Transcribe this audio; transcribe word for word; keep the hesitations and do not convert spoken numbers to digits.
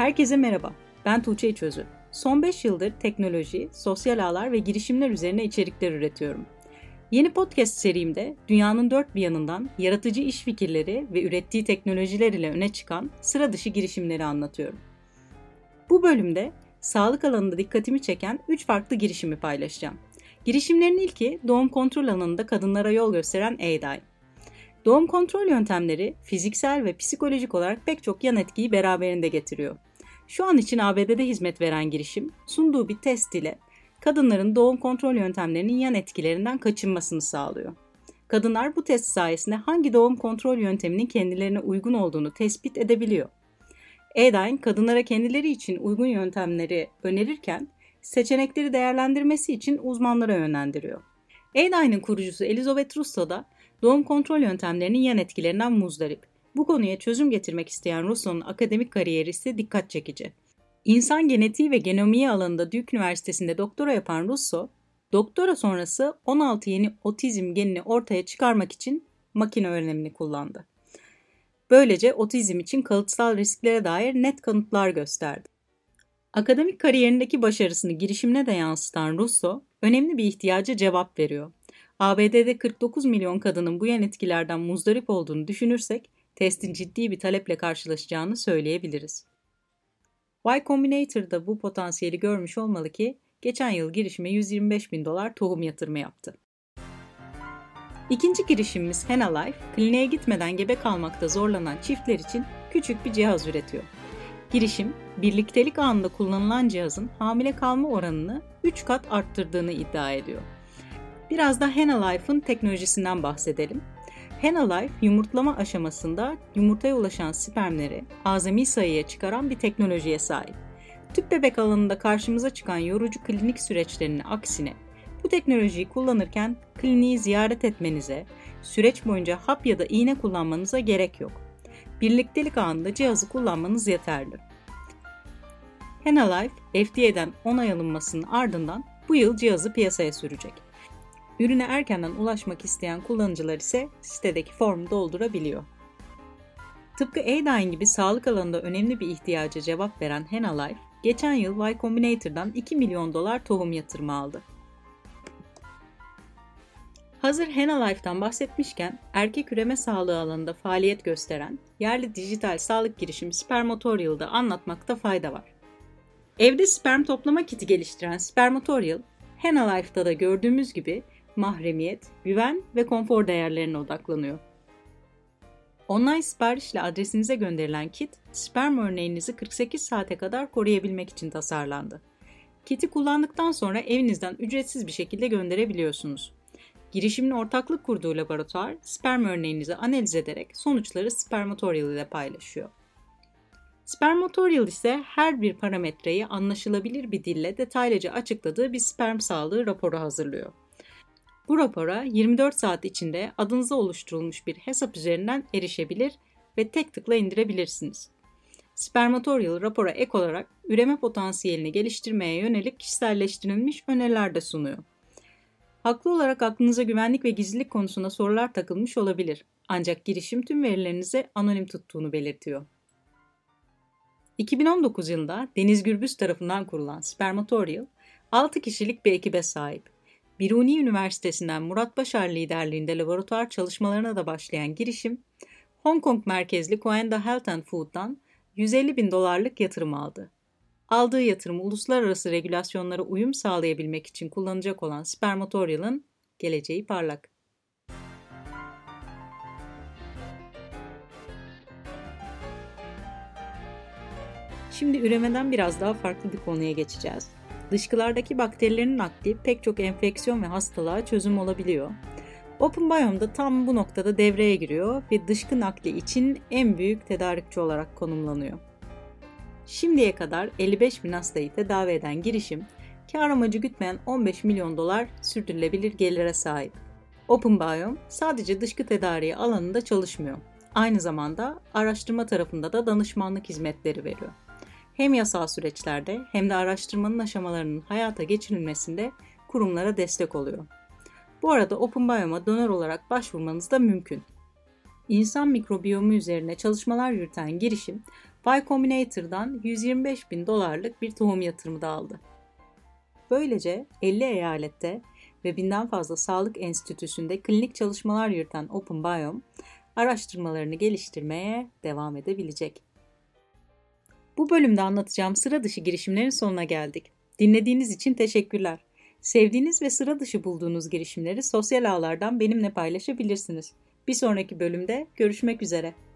Herkese merhaba, ben Tuğçe İçözü. Son beş yıldır teknoloji, sosyal ağlar ve girişimler üzerine içerikler üretiyorum. Yeni podcast serimde dünyanın dört bir yanından yaratıcı iş fikirleri ve ürettiği teknolojiler ile öne çıkan sıra dışı girişimleri anlatıyorum. Bu bölümde sağlık alanında dikkatimi çeken üç farklı girişimi paylaşacağım. Girişimlerin ilki doğum kontrol alanında kadınlara yol gösteren Aidyne. Doğum kontrol yöntemleri fiziksel ve psikolojik olarak pek çok yan etkiyi beraberinde getiriyor. Şu an için A B D'de hizmet veren girişim, sunduğu bir test ile kadınların doğum kontrol yöntemlerinin yan etkilerinden kaçınmasını sağlıyor. Kadınlar bu test sayesinde hangi doğum kontrol yönteminin kendilerine uygun olduğunu tespit edebiliyor. Aidyne, kadınlara kendileri için uygun yöntemleri önerirken, seçenekleri değerlendirmesi için uzmanlara yönlendiriyor. Aidyne'ın kurucusu Elizabeth Russo da doğum kontrol yöntemlerinin yan etkilerinden muzdarip. Bu konuya çözüm getirmek isteyen Russo'nun akademik kariyeri ise dikkat çekici. İnsan genetiği ve genomiği alanında Duke Üniversitesi'nde doktora yapan Russo, doktora sonrası on altı yeni otizm genini ortaya çıkarmak için makine öğrenimini kullandı. Böylece otizm için kalıtsal risklere dair net kanıtlar gösterdi. Akademik kariyerindeki başarısını girişimine de yansıtan Russo, önemli bir ihtiyaca cevap veriyor. A B D'de kırk dokuz milyon kadının bu yan etkilerden muzdarip olduğunu düşünürsek, testin ciddi bir taleple karşılaşacağını söyleyebiliriz. Y Combinator da bu potansiyeli görmüş olmalı ki, geçen yıl girişime yüz yirmi beş bin dolar tohum yatırımı yaptı. İkinci girişimimiz Henna Life, kliniğe gitmeden gebe kalmakta zorlanan çiftler için küçük bir cihaz üretiyor. Girişim, birliktelik anında kullanılan cihazın hamile kalma oranını üç kat arttırdığını iddia ediyor. Biraz da Henna Life'ın teknolojisinden bahsedelim. Henna Life, yumurtlama aşamasında yumurtaya ulaşan spermleri azami sayıya çıkaran bir teknolojiye sahip. Tüp bebek alanında karşımıza çıkan yorucu klinik süreçlerinin aksine, bu teknolojiyi kullanırken kliniği ziyaret etmenize, süreç boyunca hap ya da iğne kullanmanıza gerek yok. Birliktelik anında cihazı kullanmanız yeterli. Henna Life, F D A'den onay alınmasının ardından bu yıl cihazı piyasaya sürecek. Ürüne erkenden ulaşmak isteyen kullanıcılar ise sitedeki formu doldurabiliyor. Tıpkı Aidyne gibi sağlık alanında önemli bir ihtiyaca cevap veren Henna Life, geçen yıl Y Combinator'dan iki milyon dolar tohum yatırımı aldı. Hazır Henna Life'tan bahsetmişken, erkek üreme sağlığı alanında faaliyet gösteren yerli dijital sağlık girişimi Spermatorial'da anlatmakta fayda var. Evde sperm toplama kiti geliştiren Spermatorial, Henna Life'da da gördüğümüz gibi mahremiyet, güven ve konfor değerlerine odaklanıyor. Online siparişle adresinize gönderilen kit, sperm örneğinizi kırk sekiz saate kadar koruyabilmek için tasarlandı. Kiti kullandıktan sonra evinizden ücretsiz bir şekilde gönderebiliyorsunuz. Girişimin ortaklık kurduğu laboratuvar, sperm örneğinizi analiz ederek sonuçları Spermatorial ile paylaşıyor. Spermatorial ise her bir parametreyi anlaşılabilir bir dille detaylıca açıkladığı bir sperm sağlığı raporu hazırlıyor. Bu rapora yirmi dört saat içinde adınıza oluşturulmuş bir hesap üzerinden erişebilir ve tek tıkla indirebilirsiniz. Spermatorial rapora ek olarak üreme potansiyelini geliştirmeye yönelik kişiselleştirilmiş öneriler de sunuyor. Haklı olarak aklınıza güvenlik ve gizlilik konusunda sorular takılmış olabilir. Ancak girişim tüm verilerinizi anonim tuttuğunu belirtiyor. iki bin on dokuz yılında Deniz Gürbüz tarafından kurulan Spermatorial, altı kişilik bir ekibe sahip. Biruni Üniversitesi'nden Murat Başar liderliğinde laboratuvar çalışmalarına da başlayan girişim, Hong Kong merkezli Coanda Health and Food'dan yüz elli bin dolarlık yatırım aldı. Aldığı yatırım uluslararası regülasyonlara uyum sağlayabilmek için kullanacak olan Spermatorial'ın geleceği parlak. Şimdi üremeden biraz daha farklı bir konuya geçeceğiz. Dışkılardaki bakterilerin nakli pek çok enfeksiyon ve hastalığa çözüm olabiliyor. OpenBiome da tam bu noktada devreye giriyor ve dışkı nakli için en büyük tedarikçi olarak konumlanıyor. Şimdiye kadar elli beş bin hastayı tedavi eden girişim, kar amacı gütmeyen on beş milyon dolar sürdürülebilir gelire sahip. OpenBiome sadece dışkı tedariği alanında çalışmıyor. Aynı zamanda araştırma tarafında da danışmanlık hizmetleri veriyor. Hem yasal süreçlerde hem de araştırmanın aşamalarının hayata geçirilmesinde kurumlara destek oluyor. Bu arada OpenBiome'a donör olarak başvurmanız da mümkün. İnsan mikrobiyomu üzerine çalışmalar yürüten girişim, Y Combinator'dan yüz yirmi beş bin dolarlık bir tohum yatırımı da aldı. Böylece elli eyalette ve binden fazla sağlık enstitüsünde klinik çalışmalar yürüten OpenBiome, araştırmalarını geliştirmeye devam edebilecek. Bu bölümde anlatacağım sıra dışı girişimlerin sonuna geldik. Dinlediğiniz için teşekkürler. Sevdiğiniz ve sıra dışı bulduğunuz girişimleri sosyal ağlardan benimle paylaşabilirsiniz. Bir sonraki bölümde görüşmek üzere.